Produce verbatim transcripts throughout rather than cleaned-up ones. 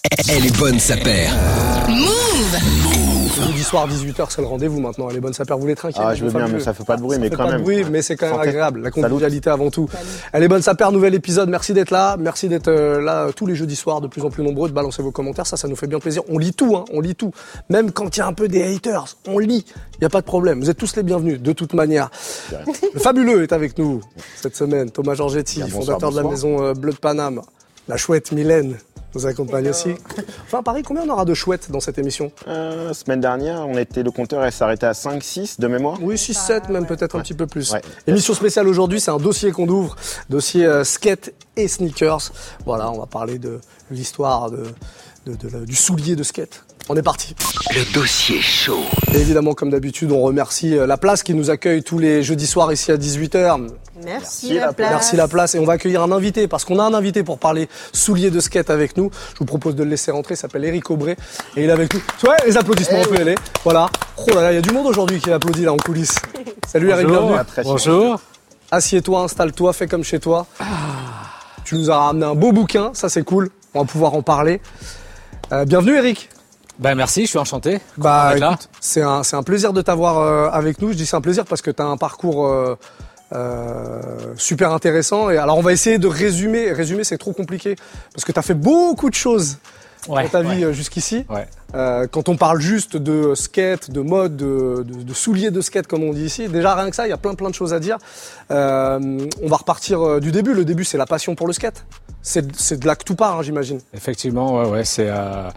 Elle est bonne sa paire. Move. Jeudi soir, dix-huit heures, c'est le rendez-vous maintenant. Elle est bonne sa paire, vous voulez tranquille. Ah, je veux bien, mais ça fait pas de bruit, ça mais fait quand pas même. de bruit, mais c'est quand même Santé. agréable. La Salut. convivialité avant tout. Elle est bonne sa paire, nouvel épisode. Merci d'être là. Merci d'être euh, là tous les jeudis soirs, de plus en plus nombreux, de balancer vos commentaires. Ça, ça nous fait bien plaisir. On lit tout, hein. On lit tout. Même quand il y a un peu des haters, on lit. Il n'y a pas de problème. Vous êtes tous les bienvenus, de toute manière. Le fabuleux est avec nous cette semaine. Thomas Georgetti, Bien, bonsoir, fondateur de la bonsoir. maison euh, Bleu de Paname. La chouette Mylène nous accompagne aussi. Enfin, Paris, combien on aura de chouettes dans cette émission? Euh, semaine dernière, on était, le compteur elle s'arrêtait à cinq six de mémoire. Oui, six sept, même peut-être un petit peu plus. Ouais. Émission spéciale aujourd'hui, c'est un dossier qu'on ouvre, dossier euh, skate et sneakers. Voilà, on va parler de l'histoire de, de, de- du soulier de skate. On est parti. Le dossier chaud. Et évidemment, comme d'habitude, on remercie euh, La Place qui nous accueille tous les jeudis soirs ici à dix-huit heures. Merci, Merci, la la place. Merci La Place. Et on va accueillir un invité, parce qu'on a un invité pour parler souliers de skate avec nous. Je vous propose de le laisser rentrer, il s'appelle Eric Aubray. Et il est avec nous. Ouais, les applaudissements, on peut y aller. Voilà. Oh là là, il y a du monde aujourd'hui qui applaudit là en coulisses. Salut Eric, bienvenue. Ah, très Bonjour. Assieds-toi, installe-toi, fais comme chez toi. Tu nous as ramené un beau bouquin, ça c'est cool. On va pouvoir en parler. Euh, bienvenue Eric. Ben merci, je suis enchanté. Bah, d'être là. écoute, c'est un, c'est un plaisir de t'avoir euh, avec nous. Je dis c'est un plaisir parce que tu as un parcours euh, euh, super intéressant. Et alors on va essayer de résumer. Résumer c'est trop compliqué parce que tu as fait beaucoup de choses Ouais, dans ta ouais. vie euh, jusqu'ici. Ouais. Euh, quand on parle juste de skate, de mode, de, de, de souliers de skate comme on dit ici, déjà rien que ça, il y a plein plein de choses à dire. Euh, on va repartir euh, du début. Le début c'est la passion pour le skate. C'est, c'est de là que tout part, hein, j'imagine. Effectivement, ouais, ouais, c'est euh,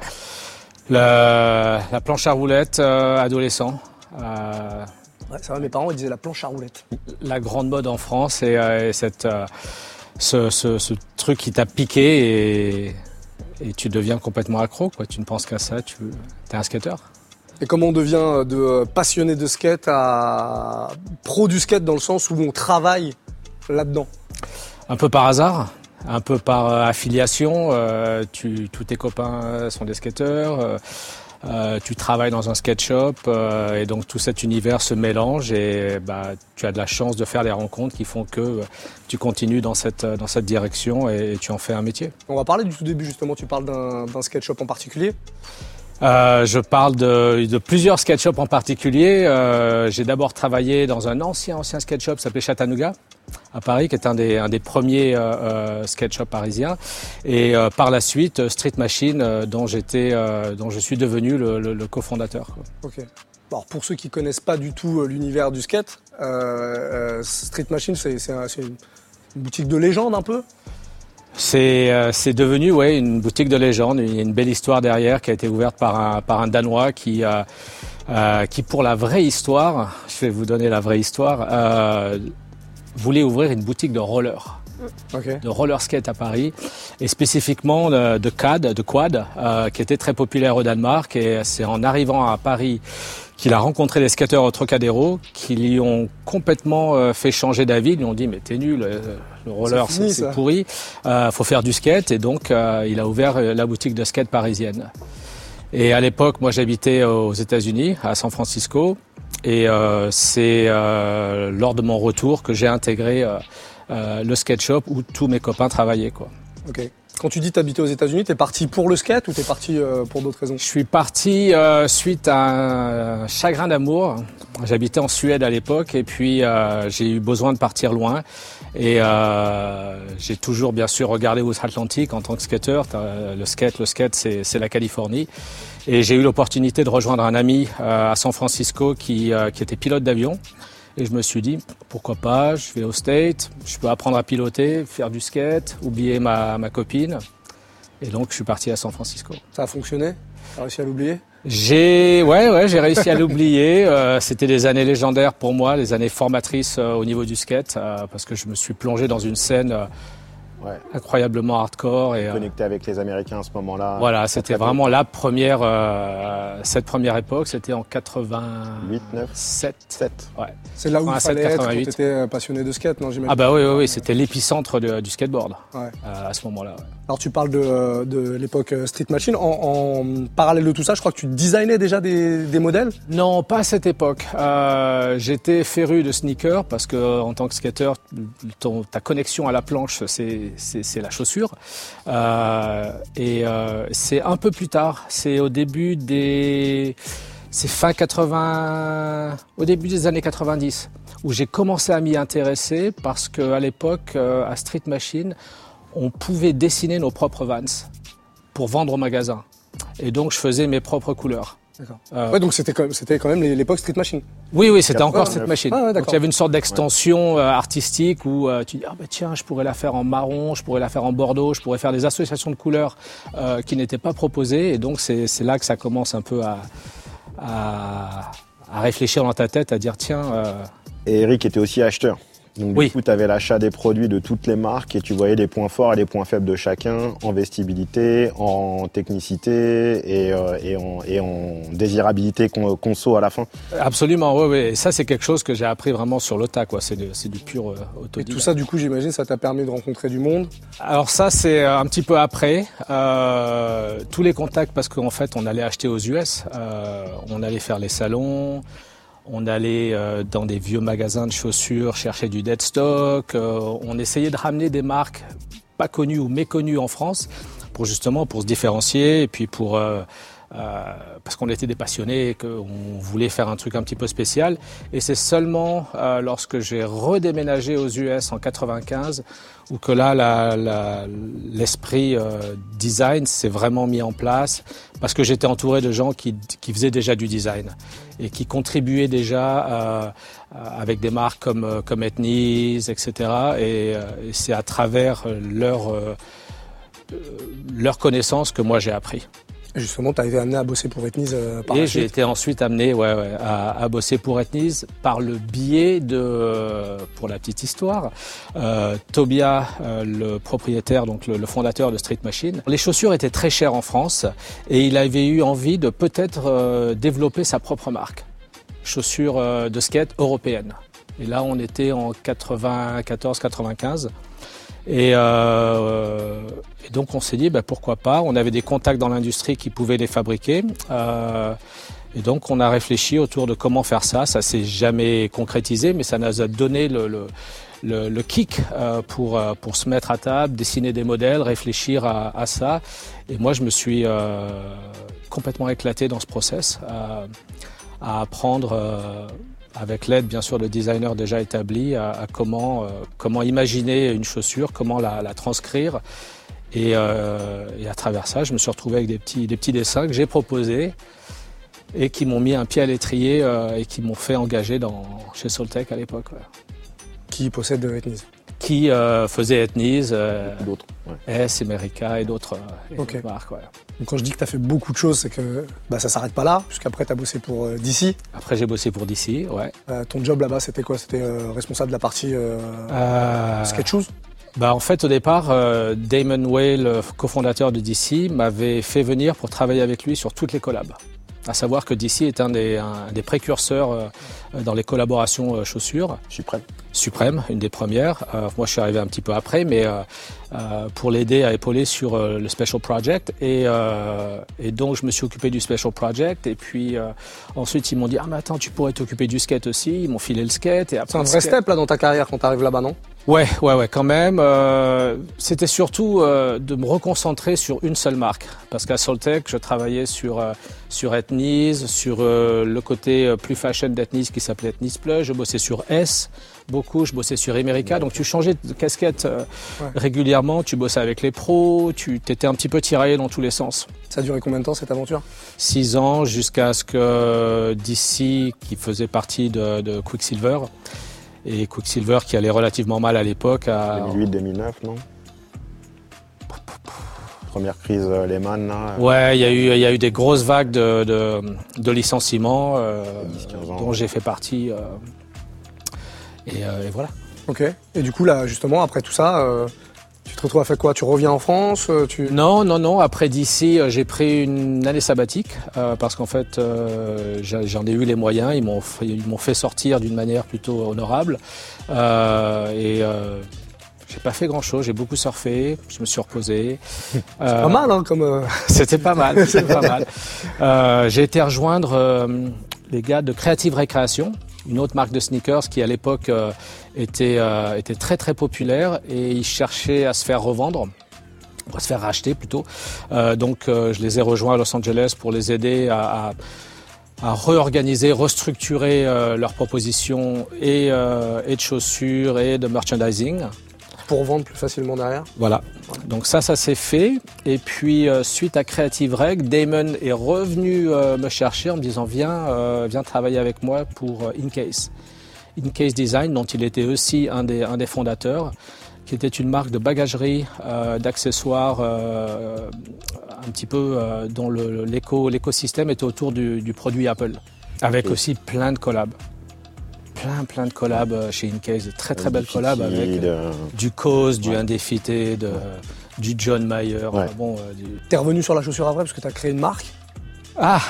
la, la planche à roulettes euh, adolescent. Euh, Ouais, c'est vrai, mes parents ils disaient la planche à roulettes. la grande mode en France et, euh, et cette, euh, ce, ce, ce truc qui t'a piqué et, et tu deviens complètement accro, quoi. Tu ne penses qu'à ça, tu es un skateur. Et comment on devient de passionné de skate à pro du skate dans le sens où on travaille là-dedans? Un peu par hasard, un peu par euh, affiliation. Euh, tu, tous tes copains sont des skateurs. Euh, euh, tu travailles dans un skate shop euh, et donc tout cet univers se mélange et bah, tu as de la chance de faire des rencontres qui font que euh, tu continues dans cette, dans cette direction et, et tu en fais un métier. On va parler du tout début justement, tu parles d'un, d'un skate shop en particulier. Euh, je parle de, de plusieurs skate shops en particulier. Euh, j'ai d'abord travaillé dans un ancien ancien skate shop qui s'appelait Chattanooga à Paris, qui est un des, un des premiers euh, euh, skate shops parisiens. Et euh, par la suite, Street Machine, euh, dont j'étais, euh, dont je suis devenu le, le, le cofondateur, quoi. Ok. Alors pour ceux qui connaissent pas du tout euh, l'univers du skate, euh, euh, Street Machine c'est, c'est, un- c'est une boutique de légende un peu. C'est, euh, c'est devenu ouais, une boutique de légende. Il y a une belle histoire derrière qui a été ouverte par un, par un Danois qui, euh, euh, qui, pour la vraie histoire, je vais vous donner la vraie histoire, euh, voulait ouvrir une boutique de roller, Ok. de roller skate à Paris, et spécifiquement de, de quad, de quad euh, qui était très populaire au Danemark. Et c'est en arrivant à Paris qu'il a rencontré des skateurs au Trocadéro qui lui ont complètement euh, fait changer d'avis. Ils lui ont dit mais t'es nul, euh, le roller C'est c'est, fini, c'est ça. pourri, euh, faut faire du skate. Et donc euh, il a ouvert euh, la boutique de skate parisienne. Et à l'époque, moi j'habitais aux États-Unis, à San Francisco, et euh, c'est euh, lors de mon retour que j'ai intégré euh, euh, le skate shop où tous mes copains travaillaient, quoi. Ok. Quand tu dis t'habitais aux États-Unis, t'es parti pour le skate ou t'es parti euh, pour d'autres raisons? Je suis parti euh, suite à un chagrin d'amour. J'habitais en Suède à l'époque et puis euh, j'ai eu besoin de partir loin. Et euh, j'ai toujours bien sûr regardé outre-Atlantique en tant que skateur. T'as- Le skate, le skate, c'est, c'est la Californie. Et j'ai eu l'opportunité de rejoindre un ami euh, à San Francisco qui, euh, qui était pilote d'avion. Et je me suis dit, pourquoi pas, je vais au State, je peux apprendre à piloter, faire du skate, oublier ma, ma copine. Et donc, je suis parti à San Francisco. Ça a fonctionné? T'as réussi à l'oublier? J'ai, ouais, ouais, j'ai réussi à l'oublier. Euh, c'était des années légendaires pour moi, des années formatrices euh, au niveau du skate, euh, parce que je me suis plongé dans une scène euh, Ouais. incroyablement hardcore. Et, euh, Connecté avec les Américains à ce moment-là. voilà, c'était Très vraiment la première, euh, cette première époque, c'était en quatre-vingt-sept. huit, neuf, sept. Ouais. C'est là où il quatre-vingt-sept, fallait être quand quatre-vingt-huit. t'étais euh, passionné de skate, non j'imagine? Ah bah oui, oui, oui, c'était l'épicentre de- du skateboard Ouais. euh, à ce moment-là. Ouais. Alors tu parles de, de l'époque euh, Street Machine. En, en parallèle de tout ça, je crois que tu designais déjà des, des modèles. Non, pas à cette époque. Euh, j'étais féru de sneakers parce que en tant que skateur, ton, ta connexion à la planche, c'est, c'est, c'est, c'est la chaussure. Euh, et euh, c'est un peu plus tard, c'est au début des, c'est fin quatre-vingts, au début des années quatre-vingt-dix, où j'ai commencé à m'y intéresser parce qu'à l'époque, euh, à Street Machine, on pouvait dessiner nos propres Vans pour vendre au magasin. Et donc, je faisais mes propres couleurs. D'accord. Euh, ouais, donc c'était quand même, c'était quand même l'époque Street Machine. Oui, oui, c'était encore Street Machine. Ah, ouais, donc il y avait une sorte d'extension ouais. euh, artistique où euh, tu dis ah bah tiens, je pourrais la faire en marron, je pourrais la faire en bordeaux, je pourrais faire des associations de couleurs euh, qui n'étaient pas proposées. Et donc c'est c'est là que ça commence un peu à à, à réfléchir dans ta tête, à dire tiens. Euh... Et Eric était aussi acheteur. Donc oui. du coup, tu avais l'achat des produits de toutes les marques et tu voyais les points forts et les points faibles de chacun en vestibilité, en technicité et, euh, et, en, et en désirabilité con, conso à la fin. Absolument, oui, oui. Et ça, c'est quelque chose que j'ai appris vraiment sur le tas, quoi. C'est, de, c'est du pur euh, autodidacte. Et tout ça, du coup, j'imagine, ça t'a permis de rencontrer du monde? Alors ça, c'est un petit peu après. Euh, tous les contacts, parce qu'en fait, on allait acheter aux U S, euh, on allait faire les salons. On allait euh, dans des vieux magasins de chaussures chercher du dead stock. Euh, on essayait de ramener des marques pas connues ou méconnues en France pour justement pour se différencier et puis pour euh, euh, parce qu'on était des passionnés et qu'on voulait faire un truc un petit peu spécial. Et c'est seulement euh, lorsque j'ai redéménagé aux U S en quatre-vingt-quinze où que là la, la, l'esprit euh, design s'est vraiment mis en place parce que j'étais entouré de gens qui, qui faisaient déjà du design et qui contribuaient déjà euh, avec des marques comme, comme Etnies, et cetera. Et, et c'est à travers leur, euh, leur connaissance que moi j'ai appris. Et justement, tu as été amené à bosser pour Etnies euh, par Et la j'ai suite. été ensuite amené ouais, ouais, à, à bosser pour Etnies par le biais de, pour la petite histoire, euh, Tobia, euh, le propriétaire, donc le, le fondateur de Street Machine. Les chaussures étaient très chères en France et il avait eu envie de peut-être euh, développer sa propre marque, chaussures euh, de skate européennes. Et là, on était en quatre-vingt-quatorze quatre-vingt-quinze. Et, euh, et donc on s'est dit bah, pourquoi pas, on avait des contacts dans l'industrie qui pouvaient les fabriquer euh, et donc on a réfléchi autour de comment faire ça, ça s'est jamais concrétisé mais ça nous a donné le, le, le, le kick euh, pour, pour se mettre à table, dessiner des modèles, réfléchir à, à ça et moi je me suis euh, complètement éclaté dans ce process euh, à apprendre euh, avec l'aide bien sûr de designers déjà établis à, à comment, euh, comment imaginer une chaussure, comment la, la transcrire. Et, euh, et à travers ça, je me suis retrouvé avec des petits, des petits dessins que j'ai proposés et qui m'ont mis un pied à l'étrier euh, et qui m'ont fait engager dans, chez Soltech à l'époque. Ouais. Qui possède Etnies? Qui euh, faisait Etnies, euh, d'autres, ouais. S, America et d'autres, euh, et okay. d'autres marques. Ouais. Donc quand je dis que tu as fait beaucoup de choses, c'est que bah, ça s'arrête pas là, puisqu'après tu as bossé pour euh, D C. Après j'ai bossé pour D C, ouais. Euh, ton job là-bas, c'était quoi? C'était euh, responsable de la partie euh, euh... skate shoes? Bah en fait au départ, euh, Damon Way, le cofondateur de D C, m'avait fait venir pour travailler avec lui sur toutes les collabs. À savoir que D C est un des, un des précurseurs euh, dans les collaborations euh, chaussures. Suprême. Suprême, une des premières. Euh, moi, je suis arrivé un petit peu après, mais euh, euh, pour l'aider à épauler sur euh, le Special Project. Et, euh, et donc, je me suis occupé du Special Project. Et puis, euh, ensuite, ils m'ont dit « Ah, mais attends, tu pourrais t'occuper du skate aussi. » Ils m'ont filé le skate. Et après, c'est un vrai skate... step là dans ta carrière quand tu arrives là-bas, non? Ouais, ouais, ouais, quand même. Euh, c'était surtout euh, de me reconcentrer sur une seule marque. Parce qu'à Soltech, je travaillais sur, euh, sur Etnies, sur euh, le côté euh, plus fashion d'Etnies qui s'appelait Etnies Plus. Je bossais sur S, beaucoup. Je bossais sur America. Donc tu changeais de casquette euh, ouais. régulièrement. Tu bossais avec les pros. Tu étais un petit peu tiraillé dans tous les sens. Ça a duré combien de temps cette aventure? Six ans jusqu'à ce que D C, qui faisait partie de, de Quicksilver, et Quicksilver qui allait relativement mal à l'époque. À... deux mille huit deux mille neuf, non? Première crise Lehman, là. Ouais, il y a eu, il y a eu des grosses vagues de, de, de licenciements euh, dont j'ai fait partie. Euh, et, euh, et voilà. Ok. Et du coup, là, justement, après tout ça, euh, tu te retrouves à faire quoi? Tu reviens en France tu... Non, non, non. Après d'ici, j'ai pris une année sabbatique euh, parce qu'en fait, euh, j'en ai eu les moyens. Ils m'ont, ils m'ont fait sortir d'une manière plutôt honorable. Euh, et euh, j'ai pas fait grand-chose. J'ai beaucoup surfé. Je me suis reposé. C'est euh, pas mal, hein, comme. Euh... C'était pas mal. C'était pas mal. Euh, j'ai été rejoindre euh, les gars de Creative Recreation. une autre marque de sneakers qui à l'époque euh, était, euh, était très très populaire et ils cherchaient à se faire revendre, à se faire racheter plutôt. Euh, donc euh, je les ai rejoints à Los Angeles pour les aider à, à, à réorganiser, restructurer euh, leurs propositions et, euh, et de chaussures et de merchandising. Pour vendre plus facilement derrière. Voilà. Donc ça, ça s'est fait. Et puis, euh, suite à Creative Reg, Damon est revenu euh, me chercher en me disant « Viens, euh, viens travailler avec moi pour euh, Incase ». Incase Design, dont il était aussi un des, un des fondateurs, qui était une marque de bagagerie, euh, d'accessoires, euh, un petit peu euh, dont le, l'éco, l'écosystème était autour du, du produit Apple, avec oui. aussi plein de collabs. Plein, plein de collabs chez Incase, de très très belles collabs avec euh, du Cause, du ouais. Undefeated, ouais. euh, du John Mayer. Ouais. Bon, euh, du... T'es revenu sur la chaussure à vrai parce que t'as créé une marque. Ah,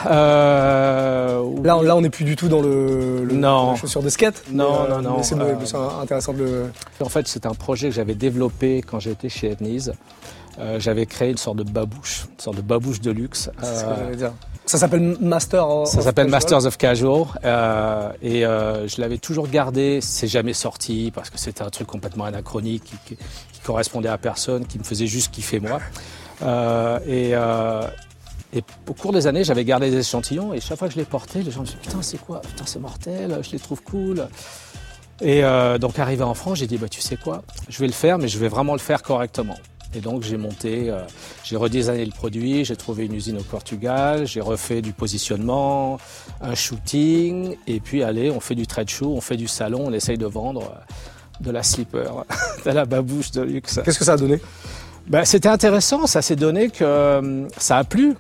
euh... Là, on, là, on n'est plus du tout dans le, le non. la chaussure de skate. Non, mais, non, non. Mais c'est, euh... c'est intéressant de le... En fait, c'est un projet que j'avais développé quand j'étais chez Etnies. Euh, j'avais créé une sorte de babouche, une sorte de babouche de luxe. C'est euh... ce que j'allais dire. Ça s'appelle Master of Ça s'appelle Casual. Masters of Casual euh, et euh, je l'avais toujours gardé, c'est jamais sorti parce que c'était un truc complètement anachronique qui, qui, qui correspondait à personne, qui me faisait juste kiffer moi. Euh, et, euh, et au cours des années, j'avais gardé des échantillons et chaque fois que je les portais, les gens me disaient putain c'est quoi, putain c'est mortel, je les trouve cool. Et euh, donc arrivé en France, j'ai dit bah tu sais quoi, je vais le faire mais je vais vraiment le faire correctement. Et donc j'ai monté, euh, j'ai redesigné le produit, j'ai trouvé une usine au Portugal, j'ai refait du positionnement, un shooting, et puis allez, on fait du trade show, on fait du salon, on essaye de vendre euh, de la slipper, de la babouche de luxe. Qu'est-ce que ça a donné ? Ben, c'était intéressant, ça s'est donné que euh, ça a plu.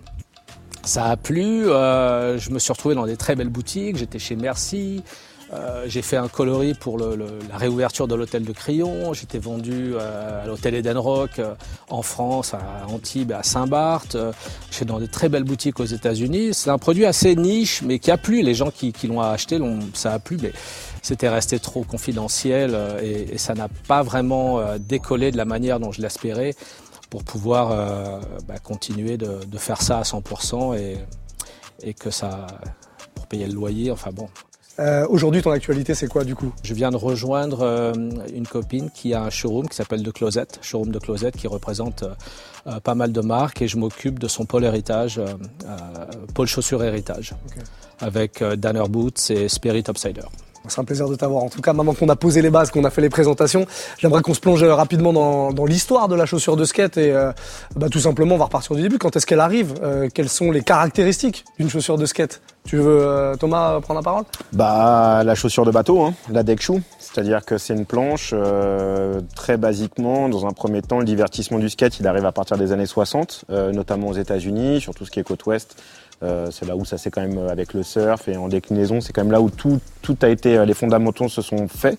Ça a plu, euh, je me suis retrouvé dans des très belles boutiques, j'étais chez Merci. Euh, j'ai fait un coloris pour le, le, la réouverture de l'hôtel de Crillon. J'étais vendu euh, à l'hôtel Eden Rock euh, en France, à Antibes, à Saint-Barth. Euh, j'étais dans des très belles boutiques aux États-Unis. C'est un produit assez niche, mais qui a plu. Les gens qui, qui l'ont acheté, l'ont, ça a plu, mais c'était resté trop confidentiel euh, et, et ça n'a pas vraiment euh, décollé de la manière dont je l'espérais pour pouvoir euh, bah, continuer de, de faire ça à cent pour cent et, et que ça, pour payer le loyer. Enfin bon. Euh, aujourd'hui, ton actualité, c'est quoi du coup ? Je viens de rejoindre euh, une copine qui a un showroom qui s'appelle The Closet, showroom de Closet qui représente euh, pas mal de marques et je m'occupe de son pôle héritage, euh, euh, pôle chaussures héritage, okay. avec euh, Danner Boots et Spirit Upsider. C'est un plaisir de t'avoir. En tout cas, maintenant qu'on a posé les bases, qu'on a fait les présentations, j'aimerais qu'on se plonge rapidement dans, dans l'histoire de la chaussure de skate et euh, bah, tout simplement, on va repartir du début. Quand est-ce qu'elle arrive ? euh, Quelles sont les caractéristiques d'une chaussure de skate ? Tu veux, euh, Thomas, prendre la parole ? Bah, la chaussure de bateau, hein, la deck shoe. C'est-à-dire que c'est une planche, euh, très basiquement, dans un premier temps, le divertissement du skate, il arrive à partir des années soixante, euh, notamment aux États-Unis, sur tout ce qui est côte ouest. Euh, c'est là où ça c'est quand même avec le surf et en déclinaison, c'est quand même là où tout, tout a été, les fondamentaux se sont faits.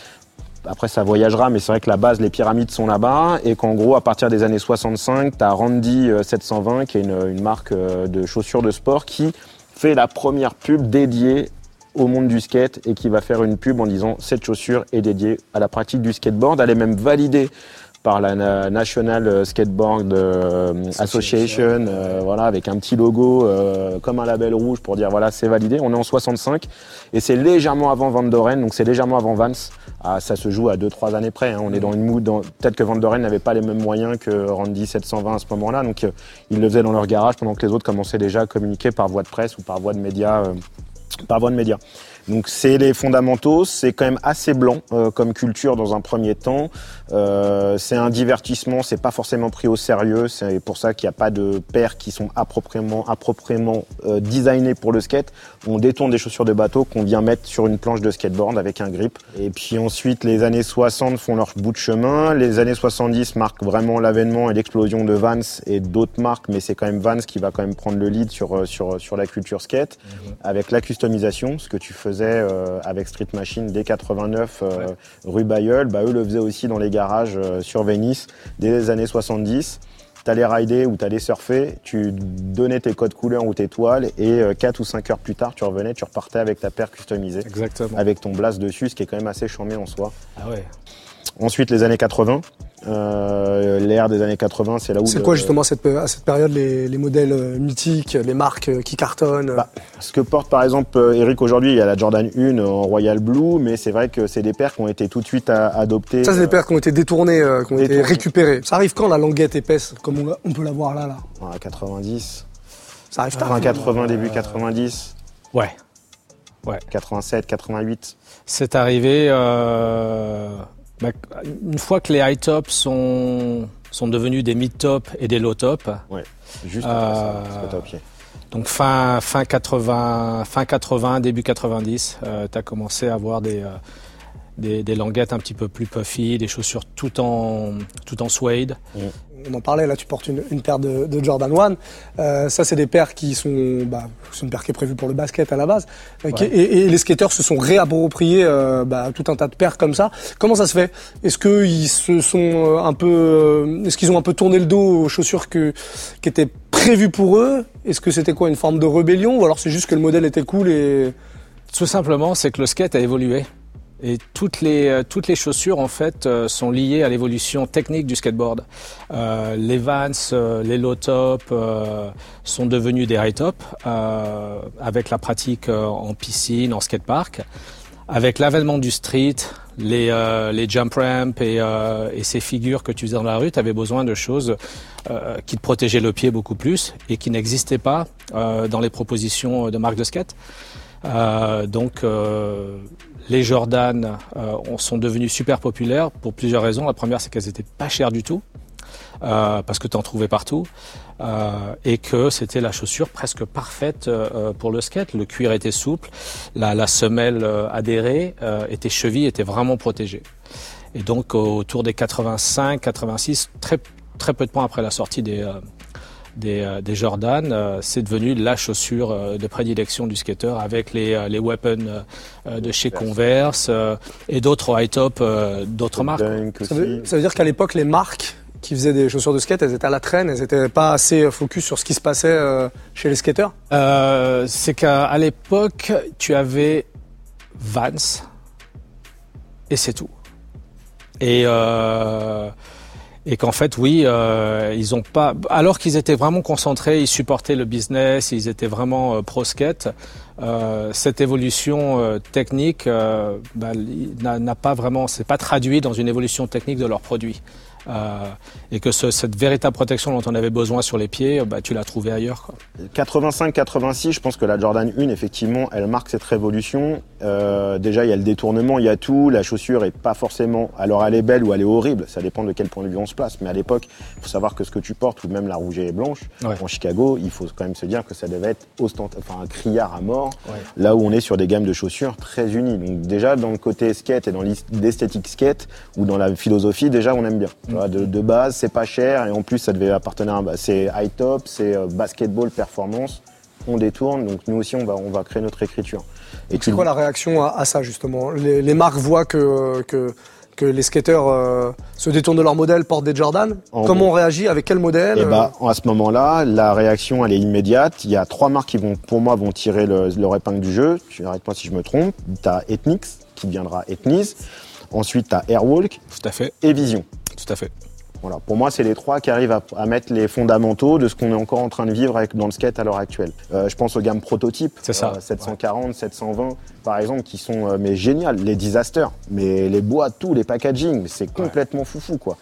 Après ça voyagera, mais c'est vrai que la base, les pyramides sont là-bas et qu'en gros à partir des années soixante-cinq, tu as Randy sept cent vingt qui est une, une marque de chaussures de sport qui fait la première pub dédiée au monde du skate et qui va faire une pub en disant cette chaussure est dédiée à la pratique du skateboard. Elle est même validée par la National Skateboard Association, euh, voilà, avec un petit logo euh, comme un label rouge pour dire voilà c'est validé. On est en soixante-cinq et c'est légèrement avant Van Doren, donc c'est légèrement avant Vans. Ah, ça se joue à deux trois années près. Hein. On est dans une mood. Dans... Peut-être que Van Doren n'avait pas les mêmes moyens que Randy sept cent vingt à ce moment-là, donc euh, ils le faisaient dans leur garage pendant que les autres commençaient déjà à communiquer par voie de presse ou par voie de médias. Euh, par voie de médias. Donc c'est les fondamentaux, c'est quand même assez blanc euh, comme culture dans un premier temps. Euh, c'est un divertissement, c'est pas forcément pris au sérieux. C'est pour ça qu'il n'y a pas de paires qui sont appropriément, appropriément euh, designées pour le skate. On détourne des chaussures de bateau qu'on vient mettre sur une planche de skateboard avec un grip. Et puis ensuite, les années soixante font leur bout de chemin. Les années soixante-dix marquent vraiment l'avènement et l'explosion de Vans et d'autres marques, mais c'est quand même Vans qui va quand même prendre le lead sur sur sur la culture skate, mmh. avec la customisation, ce que tu faisais euh, avec Street Machine dès quatre-vingt-neuf euh, ouais. rue Bailleul, bah eux le faisaient aussi dans les garages euh, sur Venice dès les années soixante-dix. T'allais rider ou t'allais surfer, tu donnais tes codes couleurs ou tes toiles et euh, quatre ou cinq heures plus tard, tu revenais, tu repartais avec ta paire customisée. Exactement. Avec ton blast dessus, ce qui est quand même assez charmé en soi. Ah ouais. Ensuite, les années quatre-vingts, Euh, l'ère des années quatre-vingts, c'est là où... C'est le... quoi justement cette, à cette période les, les modèles euh, mythiques, les marques euh, qui cartonnent? Bah, ce que porte par exemple euh, Eric aujourd'hui, il y a la Jordan un en Royal Blue, mais c'est vrai que c'est des paires qui ont été tout de suite à, adoptées. Ça, c'est des paires qui ont été détournées, euh, qui ont détournées. été récupérées. Ça arrive quand la languette épaisse, comme on, on peut la voir là, là? Voilà, quatre-vingt-dix. Ça arrive tard. Fin quatre-vingts, début quatre-vingt-dix. Ouais. Ouais. quatre-vingt-sept, quatre-vingt-huit. C'est arrivé euh, bah, une fois que les high tops sont, sont devenus des mid top et des low top. Ouais, juste après Euh, ça, ce que t'as au pied. Donc fin, fin, quatre-vingts, fin quatre-vingts, début quatre-vingt-dix, euh, tu as commencé à avoir des, euh, des, des languettes un petit peu plus puffy, des chaussures tout en, tout en suede. Mmh. On en parlait, là tu portes une, une paire de, de Jordan un. Euh, ça c'est des paires qui sont... Bah, c'est une paire qui est prévue pour le basket à la base. Euh, qui- Ouais. et, et les skateurs se sont réappropriés euh, bah, tout un tas de paires comme ça. Comment ça se fait? Est-ce qu'ils se sont euh, un peu... euh, est-ce qu'ils ont un peu tourné le dos aux chaussures que, qui étaient prévues pour eux? Est-ce que c'était quoi, une forme de rébellion? Ou alors c'est juste que le modèle était cool et... Tout simplement, c'est que le skate a évolué. Et toutes les, euh, toutes les chaussures, en fait, euh, sont liées à l'évolution technique du skateboard. Euh, les Vans, euh, les low top euh, sont devenus des high top euh, avec la pratique euh, en piscine, en skatepark. Avec l'avènement du street, les, euh, les jump ramps et, euh, et ces figures que tu faisais dans la rue, tu avais besoin de choses euh, qui te protégeaient le pied beaucoup plus et qui n'existaient pas euh, dans les propositions de marques de skate. Euh, donc euh, les Jordan euh, sont devenus super populaires pour plusieurs raisons. La première, c'est qu'elles étaient pas chères du tout, euh, parce que tu en trouvais partout, euh, et que c'était la chaussure presque parfaite euh, pour le skate. Le cuir était souple, la, la semelle euh, adhérée, euh, et tes chevilles étaient vraiment protégées. Et donc autour des quatre-vingt-cinq, quatre-vingt-six, très, très peu de temps après la sortie des... Euh, Des, euh, des Jordan, euh, c'est devenu la chaussure euh, de prédilection du skater avec les, euh, les weapons euh, de chez Converse euh, et d'autres high top, euh, d'autres marques. Dunk Ça aussi. veut, ça veut dire qu'à l'époque, les marques qui faisaient des chaussures de skate, elles étaient à la traîne, elles étaient pas assez focus sur ce qui se passait euh, chez les skateurs? Euh, c'est qu'à à l'époque, tu avais Vans et c'est tout. Et euh, Et qu'en fait, oui, euh, ils ont pas. Alors qu'ils étaient vraiment concentrés, ils supportaient le business, ils étaient vraiment euh, pro skate. Euh, cette évolution euh, technique euh, bah, n'a, n'a pas vraiment, c'est pas traduit dans une évolution technique de leurs produits. Euh, et que ce, cette véritable protection dont on avait besoin sur les pieds, bah, tu l'as trouvée ailleurs, quoi. quatre-vingt-cinq quatre-vingt-six, je pense que la Jordan un, effectivement, elle marque cette révolution. Euh, déjà, il y a le détournement, il y a tout. La chaussure est pas forcément... Alors, elle est belle ou elle est horrible, ça dépend de quel point de vue on se place. Mais à l'époque, il faut savoir que ce que tu portes, ou même la rouge et blanche, Ouais. en Chicago, il faut quand même se dire que ça devait être ostent... enfin, un criard à mort. Ouais. Là où on est sur des gammes de chaussures très unies. Donc déjà, dans le côté skate et dans l'esthétique skate, ou dans la philosophie, déjà, on aime bien. Tu vois, de, de base, c'est pas cher, et en plus, ça devait appartenir à... C'est high top, c'est euh, basketball performance. On détourne, donc nous aussi, on va, on va créer notre écriture. Et C'est quoi la réaction à, à ça, justement? les, les marques voient que, que, que les skateurs euh, se détournent de leur modèle, portent des Jordan. En Comment gros. on réagit? Avec quel modèle? Et bah, à ce moment-là, la réaction, elle est immédiate. Il y a trois marques qui vont, pour moi, vont tirer le, leur épingle du jeu. Tu arrête-moi si je me trompe. T'as Ethnix, qui deviendra Ethnies. Ensuite, t'as Airwalk Tout à fait, et Vision. tout à fait. Voilà. Pour moi, c'est les trois qui arrivent à, à mettre les fondamentaux de ce qu'on est encore en train de vivre avec, dans le skate à l'heure actuelle. Euh, je pense aux gammes prototypes. C'est ça. Euh, sept cent quarante, sept cent vingt, par exemple, qui sont euh, mais géniales. Les disasters, mais les boîtes, tout, les packaging, c'est complètement foufou, quoi.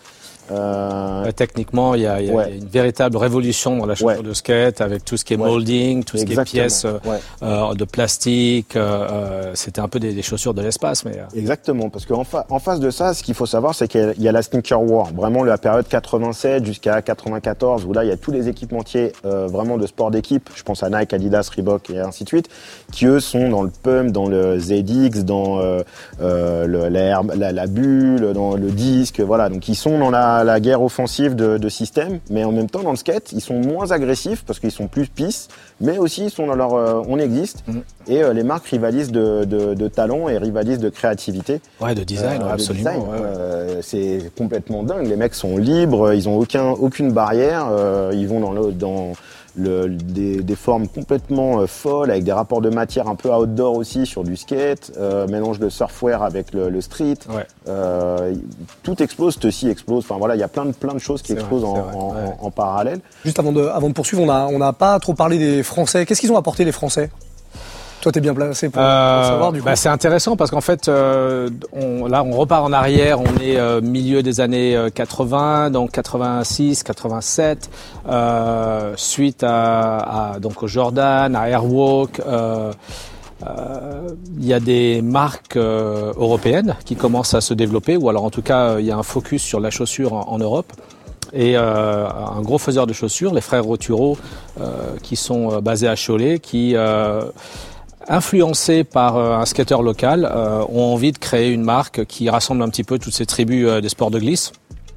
Euh, Euh, techniquement, il y, a, il y a Ouais. une véritable révolution dans la chaussure Ouais. de skate avec tout ce qui est Ouais. molding, tout ce qui est Exactement. pièces euh, Ouais. euh, de plastique. euh, euh, c'était un peu des, des chaussures de l'espace, mais euh, Exactement, parce qu'en fa- en face de ça, ce qu'il faut savoir, c'est qu'il y a- il y a la sneaker war, vraiment la période quatre-vingt-sept jusqu'à quatre-vingt-quatorze, où là, il y a tous les équipementiers euh, vraiment de sport d'équipe, je pense à Nike, Adidas, Reebok et ainsi de suite, qui eux sont dans le pump, dans le Z X, dans euh, euh, le, la, air- la, la bulle, dans le disque, voilà, donc ils sont dans la, la guerre offensive de, de système, mais en même temps, dans le skate, ils sont moins agressifs, parce qu'ils sont plus pisses, mais aussi ils sont dans leur euh, on existe, Mhm. et euh, les marques rivalisent de, de, de talent et rivalisent de créativité. ouais, de design, Euh, ouais, de absolument. design. ouais, ouais. Euh, c'est complètement dingue. Les mecs sont libres, ils ont aucun, aucune barrière. Euh, ils vont dans le, dans le, des, des formes complètement euh, folles, avec des rapports de matière un peu outdoor aussi sur du skate, euh, mélange de surfwear avec le, le street. Ouais. Euh, tout explose, ceci explose. Enfin voilà, il y a plein de, plein de choses qui C'est explosent vrai, en, vrai, en, ouais. en, en parallèle. Juste avant de, avant de poursuivre, on a, on n'a pas trop parlé des Français. Qu'est-ce qu'ils ont apporté les Français ? Toi, t'es bien placé pour, Euh, pour savoir du coup. bah, c'est intéressant parce qu'en fait, euh, on, là, on repart en arrière. On est euh, milieu des années euh, quatre-vingts, donc quatre-vingt-six, quatre-vingt-sept, euh, suite à, à donc au Jordan, à Airwalk. Euh, euh, il y a des marques euh, européennes qui commencent à se développer, ou alors en tout cas, il y a un focus sur la chaussure en, en Europe. Et euh, un gros faiseur de chaussures, les frères Roturo, euh, qui sont euh, basés à Cholet, qui euh, influencés par euh, un skateur local, euh, ont envie de créer une marque qui rassemble un petit peu toutes ces tribus euh, des sports de glisse.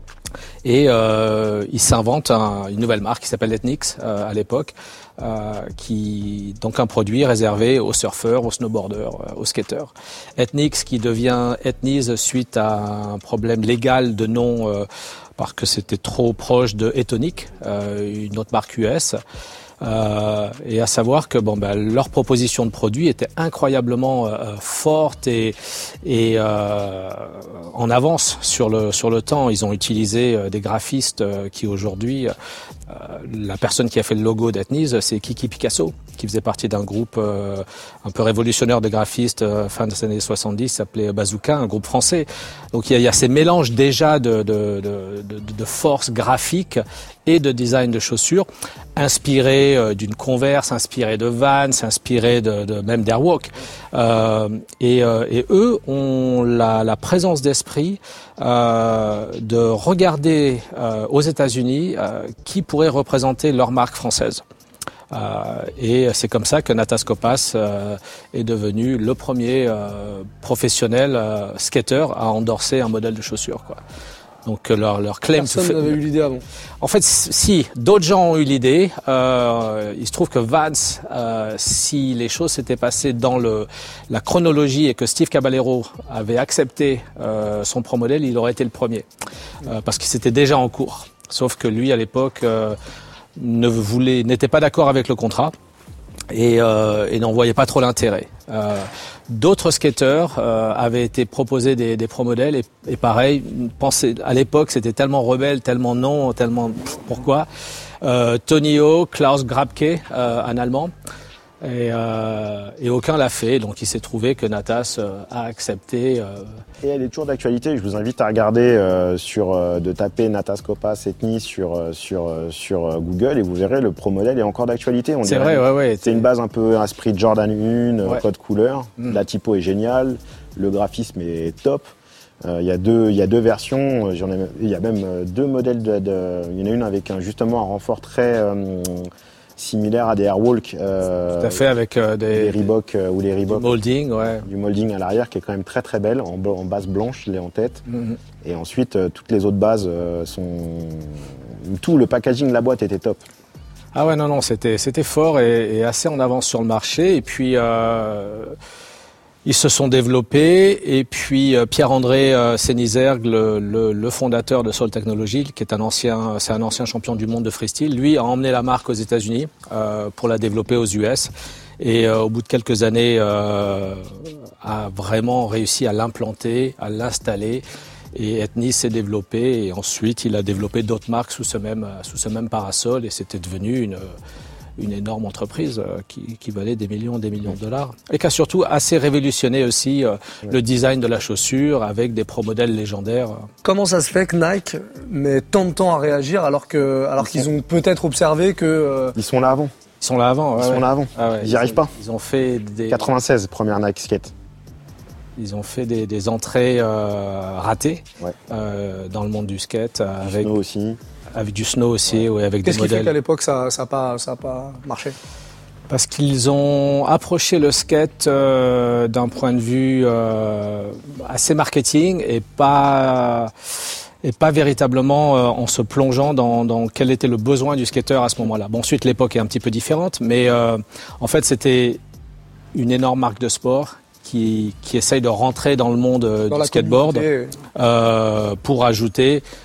Et euh, ils s'inventent un, une nouvelle marque qui s'appelle Ethnix euh, à l'époque, euh, qui donc un produit réservé aux surfeurs, aux snowboarders, euh, aux skateurs. Ethnix qui devient Ethnies suite à un problème légal de nom euh, parce que c'était trop proche de Etonic, euh, une autre marque U S. Euh, et à savoir que bon, ben, leur proposition de produit était incroyablement euh, forte et, et euh, en avance sur le sur le temps. Ils ont utilisé euh, des graphistes euh, qui aujourd'hui, euh, la personne qui a fait le logo d'Ethnies, c'est Kiki Picasso, qui faisait partie d'un groupe euh, un peu révolutionnaire de graphistes euh, fin des années soixante-dix, s'appelait Bazooka, un groupe français. Donc il y a, il y a ces mélanges déjà de, de, de, de, de force graphique et de design de chaussures, inspiré euh, d'une Converse, inspiré de Vans, inspiré de, de même d'Airwalk. Euh, et, euh, et eux ont la, la présence d'esprit euh, de regarder euh, aux États-Unis euh, qui pourrait représenter leur marque française. Euh, et c'est comme ça que Natas Copas euh, est devenu le premier euh, professionnel euh, skater à endorser un modèle de chaussure, quoi. Donc leur leur claim. Personne n'avait eu l'idée avant. En fait, si d'autres gens ont eu l'idée, euh, il se trouve que Vans, euh, si les choses s'étaient passées dans le la chronologie et que Steve Caballero avait accepté euh, son pro modèle, il aurait été le premier euh, parce que c'était déjà en cours. Sauf que lui, à l'époque, euh, ne voulait, n'était pas d'accord avec le contrat et, euh, et n'en voyait pas trop l'intérêt. Euh, D'autres skateurs euh, avaient été proposés des, des pro-modèles et, et pareil, pensez, à l'époque c'était tellement rebelle, tellement non, tellement pff, pourquoi. Euh, Tony Hawk, Klaus Grabke, euh, un Allemand, et, euh, et aucun l'a fait, donc il s'est trouvé que Natas euh, a accepté. Euh... Et elle est toujours d'actualité. Je vous invite à regarder euh, sur euh, de taper Natas Copas Ethnies sur euh, sur euh, sur euh, Google et vous verrez le pro modèle est encore d'actualité. On C'est dirait, vrai, ouais, ouais. C'est une base un peu esprit Jordan un, Ouais. code couleur. Mm. La typo est géniale, le graphisme est top. Euh, Il y a deux il y a deux versions. euh, J'en ai il y a même euh, deux modèles de, de il y en a une avec un justement un renfort très euh, similaire à des Airwalk. Euh, Tout à fait, avec euh, des, des Reebok euh, ou les du Reebok. molding, ouais. Du molding à l'arrière qui est quand même très très belle en, en base blanche, je l'ai en tête. Mm-hmm. Et ensuite euh, toutes les autres bases euh, sont tout le packaging de la boîte était top. Ah ouais, non, non, c'était c'était fort et, et assez en avance sur le marché. Et puis euh, ils se sont développés. Et puis euh, Pierre-André euh, Sénizergue, le, le, le fondateur de Soul Technology, qui est un ancien, c'est un ancien champion du monde de freestyle, lui a emmené la marque aux États-Unis euh, pour la développer aux U S. Et euh, au bout de quelques années, euh, a vraiment réussi à l'implanter, à l'installer. Et Ethnies s'est développé et ensuite il a développé d'autres marques sous ce même sous ce même parasol et c'était devenu une une énorme entreprise qui, qui valait des millions des millions de dollars et qui a surtout assez révolutionné aussi euh, le design de la chaussure avec des pro modèles légendaires. Comment ça se fait que Nike met tant de temps à réagir alors que alors qu'ils ont peut-être observé que euh... Ils sont là avant. Ils sont là avant. Ils ouais, sont ouais. là avant. Ah ouais, ils n'y arrivent ont, pas. Ils ont fait des quatre-vingt-seize première Nike Skate. Ils ont fait des, des entrées euh, ratées ouais. euh, dans le monde du skate du avec snow aussi. Avec du snow aussi, ouais, avec des modèles. Qu'est-ce qui fait qu'à l'époque ça ça a pas ça a pas marché? Parce qu'ils ont approché le skate euh, d'un point de vue euh, assez marketing et pas et pas véritablement euh, en se plongeant dans, dans quel était le besoin du skater à ce moment-là. Bon, ensuite l'époque est un petit peu différente, mais euh, en fait c'était une énorme marque de sport qui qui essaye de rentrer dans le monde euh, dans du la skateboard communauté. euh, pour ajouter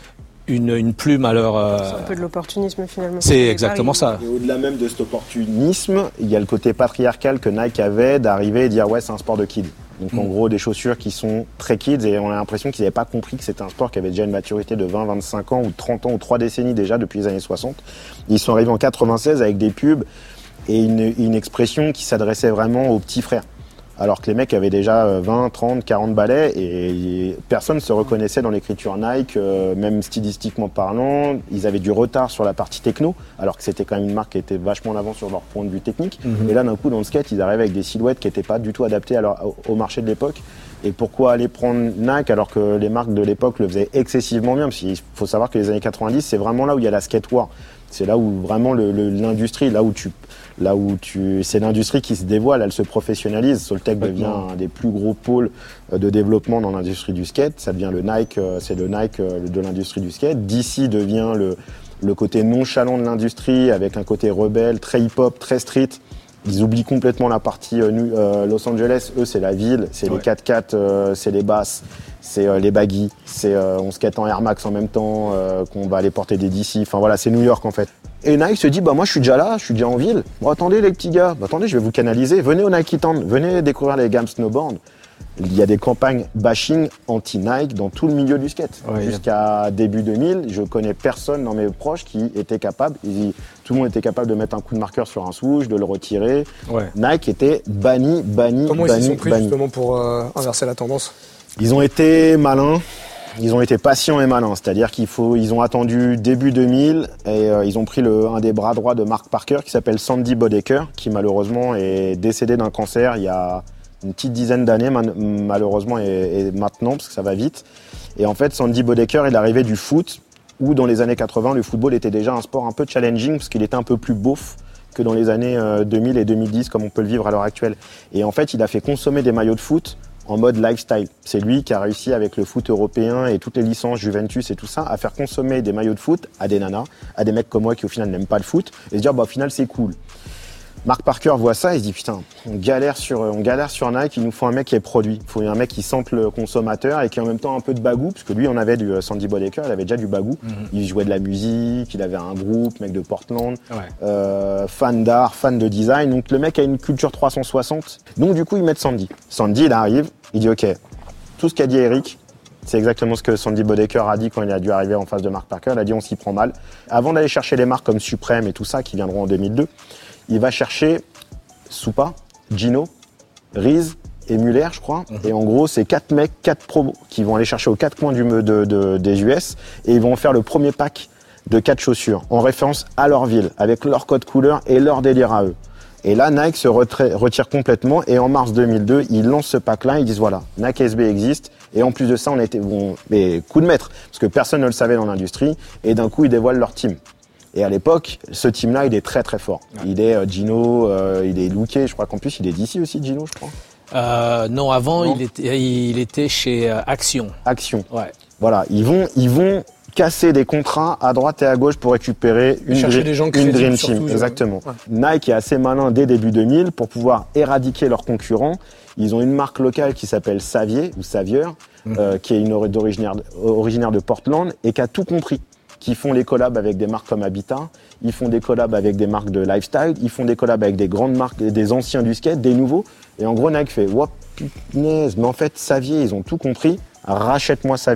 une, une plume à leur... Euh... C'est un peu de l'opportunisme finalement. C'est exactement ça. Et au-delà même de cet opportunisme, il y a le côté patriarcal que Nike avait d'arriver et dire ouais c'est un sport de kids. Donc mmh. en gros des chaussures qui sont très kids et on a l'impression qu'ils n'avaient pas compris que c'était un sport qui avait déjà une maturité de vingt, vingt-cinq ans ou trente ans ou trois décennies déjà depuis les années soixante. Ils sont arrivés en quatre-vingt-seize avec des pubs et une, une expression qui s'adressait vraiment aux petits frères. Alors que les mecs avaient déjà vingt, trente, quarante balais et personne ne se reconnaissait dans l'écriture Nike, euh, même stylistiquement parlant. Ils avaient du retard sur la partie techno, alors que c'était quand même une marque qui était vachement en avant sur leur point de vue technique. Mm-hmm. Et là, d'un coup, dans le skate, ils arrivaient avec des silhouettes qui n'étaient pas du tout adaptées à leur, au marché de l'époque. Et pourquoi aller prendre Nike alors que les marques de l'époque le faisaient excessivement bien? Parce qu'il faut savoir que les années quatre-vingt-dix, c'est vraiment là où il y a la skate war. C'est là où vraiment le, le, l'industrie, là où tu, là où tu, c'est l'industrie qui se dévoile, elle se professionnalise. Soltec devient un des plus gros pôles de développement dans l'industrie du skate. Ça devient le Nike, c'est le Nike de l'industrie du skate. D C devient le, le côté nonchalant de l'industrie avec un côté rebelle, très hip-hop, très street. Ils oublient complètement la partie euh, euh, Los Angeles. Eux, c'est la ville, c'est ouais. les quatre-quatre, euh, c'est les basses, c'est euh, les baggy, c'est euh, on skate en Air Max en même temps, euh, qu'on va aller porter des D C. Enfin voilà, c'est New York en fait. Et Nike se dit, bah moi je suis déjà là, je suis déjà en ville. Bon attendez les petits gars, bah, attendez, je vais vous canaliser. Venez au Nike Town, venez découvrir les gammes snowboard. Il y a des campagnes bashing anti-Nike dans tout le milieu du skate. Ouais, Jusqu'à début deux mille, je connais personne dans mes proches qui était capable, ils, tout le monde était capable de mettre un coup de marqueur sur un swoosh, de le retirer. Ouais. Nike était banni, banni, Comment banni, ils se sont pris banni. justement pour euh, inverser la tendance? Ils ont été malins. Ils ont été patients et malins, c'est-à-dire qu'ils faut, ils ont attendu début deux mille et euh, ils ont pris le, un des bras droits de Mark Parker qui s'appelle Sandy Bodecker, qui malheureusement est décédé d'un cancer il y a une petite dizaine d'années malheureusement et, et maintenant parce que ça va vite. Et en fait, Sandy Bodecker, il arrivait du foot où dans les années quatre-vingts, le football était déjà un sport un peu challenging parce qu'il était un peu plus beauf que dans les années deux mille et deux mille dix comme on peut le vivre à l'heure actuelle. Et en fait, il a fait consommer des maillots de foot en mode lifestyle. C'est lui qui a réussi avec le foot européen et toutes les licences Juventus et tout ça à faire consommer des maillots de foot à des nanas, à des mecs comme moi qui au final n'aiment pas le foot et se dire bah au final c'est cool. Mark Parker voit ça et se dit putain, on galère sur, on galère sur Nike, il nous faut un mec qui est produit. Il faut un mec qui sente le consommateur et qui a en même temps un peu de bagou, parce que lui, on avait du Sandy Bodecker, il avait déjà du bagou. Mm-hmm. Il jouait de la musique, il avait un groupe, mec de Portland, ouais. euh, fan d'art, fan de design. Donc le mec a une culture trois cent soixante. Donc du coup, ils mettent Sandy. Sandy, il arrive, il dit ok, tout ce qu'a dit Eric, c'est exactement ce que Sandy Bodecker a dit quand il a dû arriver en face de Mark Parker. Il a dit on s'y prend mal. Avant d'aller chercher les marques comme Supreme et tout ça, qui viendront en deux mille deux, il va chercher Soupa, Gino, Reese et Muller, je crois. Mmh. Et en gros, c'est quatre mecs, quatre pros qui vont aller chercher aux quatre coins du, de, de, des U S et ils vont faire le premier pack de quatre chaussures en référence à leur ville, avec leur code couleur et leur délire à eux. Et là, Nike se retrait, retire complètement et en mars deux mille deux, ils lancent ce pack-là, ils disent voilà, Nike S B existe et en plus de ça, on était bon, mais coup de maître parce que personne ne le savait dans l'industrie et d'un coup, ils dévoilent leur team. Et à l'époque, ce team-là, il est très très fort. Ouais. Il est euh, Gino, euh, il est looké, je crois qu'en plus il est d'ici aussi, Gino, je crois. Euh, non, avant non. Il, était, il était chez euh, Action. Action. Ouais. Voilà, ils vont, ils vont casser des contrats à droite et à gauche pour récupérer une, dri- des gens une Dream surtout, Team. Exactement. Ouais. Nike est assez malin dès début deux mille pour pouvoir éradiquer leurs concurrents. Ils ont une marque locale qui s'appelle Savier ou Savier, mmh. euh, qui est une originaire, originaire de Portland et qui a tout compris. Qui font les collabs avec des marques comme Habitat, ils font des collabs avec des marques de lifestyle, ils font des collabs avec des grandes marques, des anciens du skate, des nouveaux. Et en gros, Nike fait « Wop, punaise, mais en fait, Savier, ils ont tout compris, rachète-moi Savier ».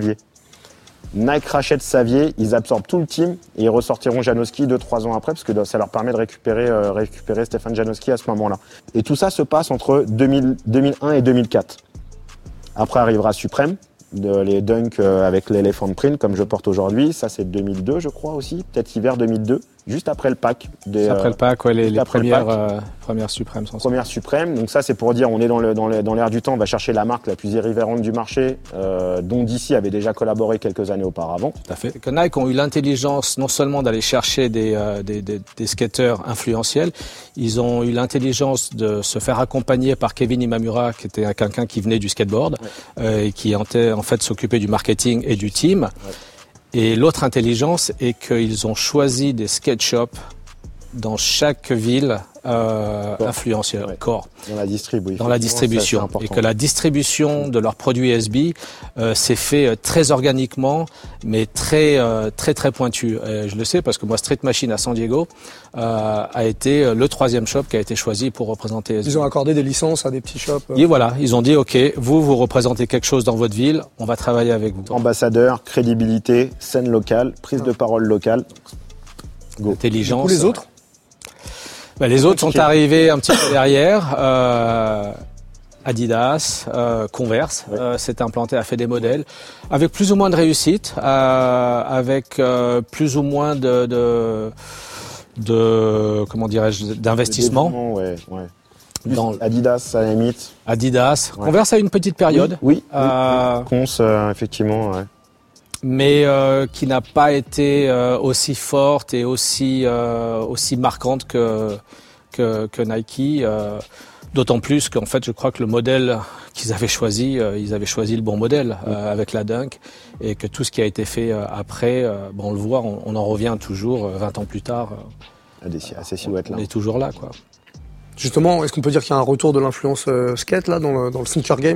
Nike rachète Savier, ils absorbent tout le team et ils ressortiront Janowski deux trois ans après parce que ça leur permet de récupérer, euh, récupérer Stéphane Janowski à ce moment-là. Et tout ça se passe entre deux mille, deux mille un et deux mille quatre. Après arrivera Supreme. De les dunks avec l'Elephant Print comme je porte aujourd'hui, ça c'est deux mille deux je crois aussi, peut-être hiver deux mille deux, juste après le pack. Des, après le pack, ouais, les, les premières, euh, premières suprêmes. Première suprême, donc ça c'est pour dire on est dans, le, dans, le, dans l'air du temps, on va chercher la marque la plus irrévérente du marché, euh, dont D C avait déjà collaboré quelques années auparavant. Tout à fait. Que Nike ont eu l'intelligence non seulement d'aller chercher des, euh, des, des, des skateurs influentiels, ils ont eu l'intelligence de se faire accompagner par Kevin Imamura, qui était quelqu'un qui venait du skateboard, ouais. euh, et qui était en fait s'occuper du marketing et du team. Ouais. Et l'autre intelligence est qu'ils ont choisi des skate shops dans chaque ville euh, influenceur, ouais. core. Dans la distribution. Dans la distribution. Et que la distribution de leurs produits S B euh, s'est fait euh, très organiquement, mais très euh, très très pointu. Et je le sais parce que moi, Street Machine à San Diego euh, a été le troisième shop qui a été choisi pour représenter S B. Ils ont accordé des licences à des petits shops. Euh... Et voilà, ils ont dit, OK, vous, vous représentez quelque chose dans votre ville, on va travailler avec vous. Ambassadeur, crédibilité, scène locale, prise ah. de parole locale. Go. Intelligence. Pour les autres ben, les autres sont arrivés un petit peu derrière. Euh, Adidas, euh, Converse ouais. euh, s'est implanté, a fait des modèles avec plus ou moins de réussite, euh, avec euh, plus ou moins de, de, de comment dirais-je, d'investissement. Ouais, ouais. Dans Adidas, à la limite. Adidas. Ouais. Converse a eu une petite période. Oui, oui, euh, oui. Cons, euh, effectivement, ouais. Mais euh, qui n'a pas été euh, aussi forte et aussi euh, aussi marquante que que, que Nike. Euh, D'autant plus qu'en fait, je crois que le modèle qu'ils avaient choisi, euh, ils avaient choisi le bon modèle euh, avec la Dunk, et que tout ce qui a été fait euh, après, euh, bon, on le voit, on, on en revient toujours euh, vingt ans plus tard. Euh, à, des, à ces silhouettes-là. On est toujours là, quoi. Justement, est-ce qu'on peut dire qu'il y a un retour de l'influence euh, skate là dans le, dans le sneaker game?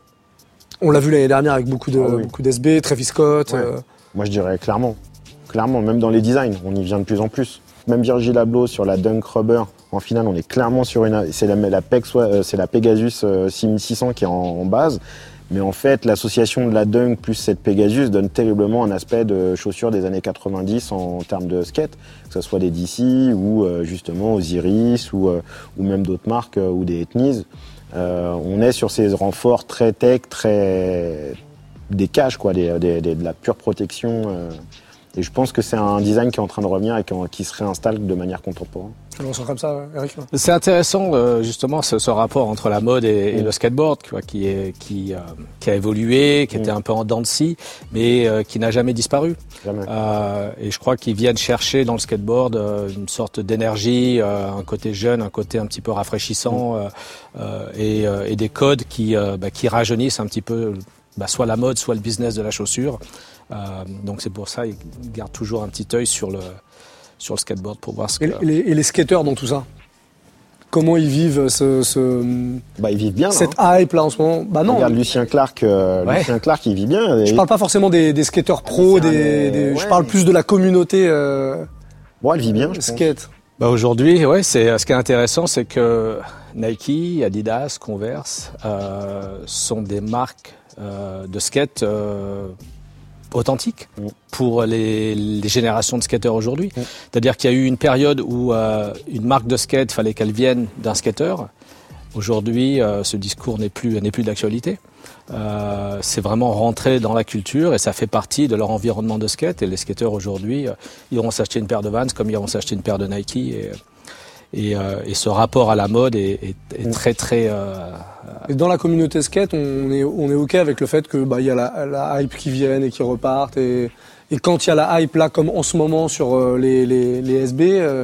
On l'a vu l'année dernière avec beaucoup de ah oui. beaucoup d'S B, Travis Scott. Ouais. Euh... Moi, je dirais clairement, clairement, même dans les designs, on y vient de plus en plus. Même Virgil Abloh sur la Dunk Rubber, en finale, on est clairement sur une, c'est la, la, c'est la Pegasus six mille six cents qui est en, en base. Mais en fait, l'association de la Dunk plus cette Pegasus donne terriblement un aspect de chaussures des années quatre-vingt-dix en termes de skate, que ce soit des D C ou euh, justement Osiris ou, euh, ou même d'autres marques euh, ou des Ethnies. Euh, on est sur ces renforts très tech, très des cages, quoi, des, des, des, de la pure protection. Euh, et je pense que c'est un design qui est en train de revenir et qui, qui se réinstalle de manière contemporaine. Tu le sens comme ça, Eric? C'est intéressant, euh, justement, ce, ce rapport entre la mode et, et mmh. le skateboard, quoi, qui, est, qui, euh, qui a évolué, qui mmh. était un peu en dents de scie, mais euh, qui n'a jamais disparu. Jamais. Euh, et je crois qu'ils viennent chercher dans le skateboard euh, une sorte d'énergie, euh, un côté jeune, un côté un petit peu rafraîchissant, mmh. euh, euh, et, euh, et des codes qui, euh, bah, qui rajeunissent un petit peu bah, soit la mode, soit le business de la chaussure. Euh, donc c'est pour ça qu'ils gardent toujours un petit œil sur le, sur le skateboard pour voir ce que... Et les, et les skateurs dans tout ça, comment ils vivent ce... ce bah, ils vivent bien, cette hein. hype là en ce moment? Bah non. Regarde Lucien Clark, euh, ouais. Lucien Clark il vit bien. Et... Je parle pas forcément des, des skateurs pros, des, des, ouais. je parle plus de la communauté euh, bon, elle vit bien, je skate. pense. Bah aujourd'hui, ouais, c'est ce qui est intéressant, c'est que Nike, Adidas, Converse euh, sont des marques euh, de skate euh, authentiques mmh. pour les, les générations de skateurs aujourd'hui. Mmh. C'est-à-dire qu'il y a eu une période où euh, une marque de skate, fallait qu'elle vienne d'un skateur. Aujourd'hui, euh, ce discours n'est plus n'est plus d'actualité. Euh, c'est vraiment rentré dans la culture et ça fait partie de leur environnement de skate. Et les skateurs aujourd'hui euh, iront s'acheter une paire de Vans comme ils iront s'acheter une paire de Nike. Et, et, euh, et ce rapport à la mode est, est, est mmh. très très. Euh, et dans la communauté skate, on est on est ok avec le fait que bah il y a la, la hype qui vienne et qui repartent. Et, et quand il y a la hype là, comme en ce moment sur euh, les, les les S B. Euh...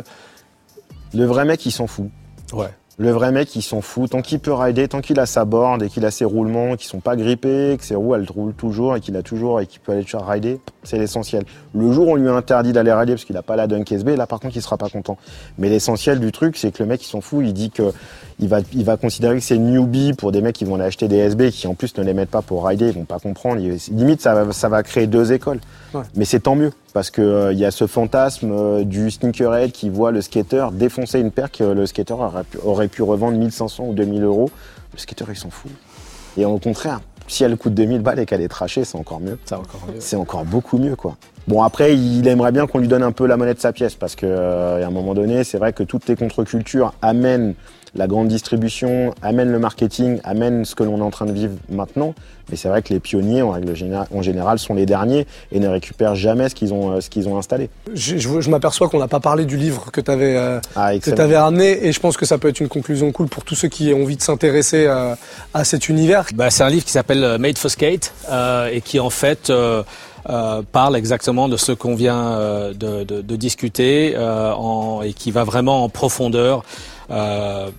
Le vrai mec, il s'en fout. Ouais. Le vrai mec, il s'en fout. Tant qu'il peut rider, tant qu'il a sa board et qu'il a ses roulements, qui sont pas grippés, que ses roues, elles roulent toujours et qu'il a toujours et qu'il peut aller rider, c'est l'essentiel. Le jour où on lui a interdit d'aller rider parce qu'il a pas la Dunk S B, là, par contre, il sera pas content. Mais l'essentiel du truc, c'est que le mec, il s'en fout. Il dit que il va, il va considérer que c'est newbie pour des mecs qui vont aller acheter des S B qui, en plus, ne les mettent pas pour rider. Ils vont pas comprendre. Il, limite, ça va, ça va créer deux écoles. Ouais. Mais c'est tant mieux. Parce que euh, y a ce fantasme euh, du sneakerhead qui voit le skater défoncer une paire que le skater aurait pu, aurait pu revendre mille cinq cents ou deux mille euros. Le skater, il s'en fout. Et au contraire, si elle coûte deux mille balles et qu'elle est trashée, c'est encore mieux. C'est encore mieux. C'est encore beaucoup mieux, quoi. Bon, après, il aimerait bien qu'on lui donne un peu la monnaie de sa pièce parce que, euh, à un moment donné, c'est vrai que toutes les contre-cultures amènent la grande distribution, amènent le marketing, amènent ce que l'on est en train de vivre maintenant. Mais c'est vrai que les pionniers, en règle générale, en général, sont les derniers et ne récupèrent jamais ce qu'ils ont, euh, ce qu'ils ont installé. Je, je, je m'aperçois qu'on n'a pas parlé du livre que tu avais euh, ah, ramené et je pense que ça peut être une conclusion cool pour tous ceux qui ont envie de s'intéresser à, à cet univers. Bah, c'est un livre qui s'appelle Made for Skate euh, et qui en fait euh, euh, parle exactement de ce qu'on vient euh, de, de, de discuter euh, en, et qui va vraiment en profondeur. Euh,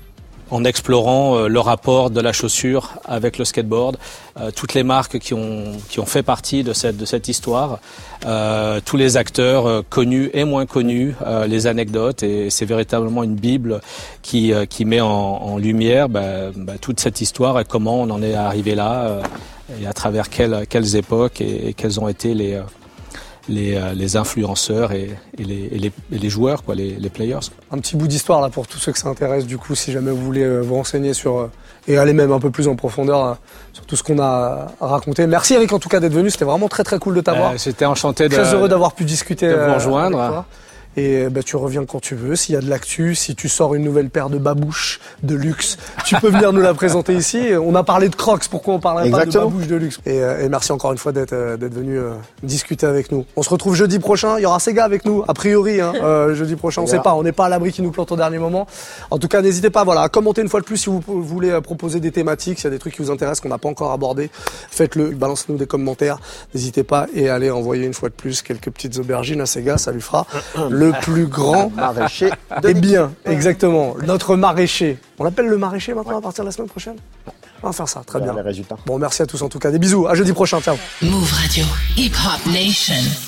en explorant euh, le rapport de la chaussure avec le skateboard, euh, toutes les marques qui ont qui ont fait partie de cette de cette histoire, euh, tous les acteurs euh, connus et moins connus, euh, les anecdotes, et c'est véritablement une bible qui euh, qui met en, en lumière bah, bah, toute cette histoire et comment on en est arrivé là euh, et à travers quelles quelles époques et, et quels ont été les euh, Les, euh, les influenceurs et, et, les, et, les, et les joueurs, quoi, les, les players. Un petit bout d'histoire là pour tous ceux que ça intéresse, du coup, si jamais vous voulez euh, vous renseigner sur euh, et aller même un peu plus en profondeur euh, sur tout ce qu'on a raconté. Merci Eric en tout cas d'être venu, c'était vraiment très très cool de t'avoir. Euh, J'étais enchanté de, très heureux d'avoir pu discuter de vous euh, rejoindre. avec toi. Et bah, tu reviens quand tu veux. S'il y a de l'actu, si tu sors une nouvelle paire de babouches de luxe, tu peux venir nous la présenter ici. On a parlé de Crocs, pourquoi on parlerait Exactement. pas de babouches de luxe. Et, euh, et merci encore une fois d'être euh, d'être venu euh, discuter avec nous. On se retrouve jeudi prochain. Il y aura Sega avec nous, a priori, hein, euh, jeudi prochain. On sait pas, on n'est pas à l'abri qui nous plante au dernier moment. En tout cas, n'hésitez pas voilà, à commenter une fois de plus si vous voulez euh, proposer des thématiques, s'il y a des trucs qui vous intéressent qu'on n'a pas encore abordé. Faites-le, balancez-nous des commentaires. N'hésitez pas et allez envoyer une fois de plus quelques petites aubergines à Sega. Ça lui fera le plus grand Maraîcher. Eh bien, exactement. Notre maraîcher. On l'appelle le maraîcher maintenant à partir de la semaine prochaine ? On va faire ça, très bien. Les résultats. Bon, merci à tous en tout cas. Des bisous. À jeudi prochain. Ciao. Move Radio. Hip Hop Nation.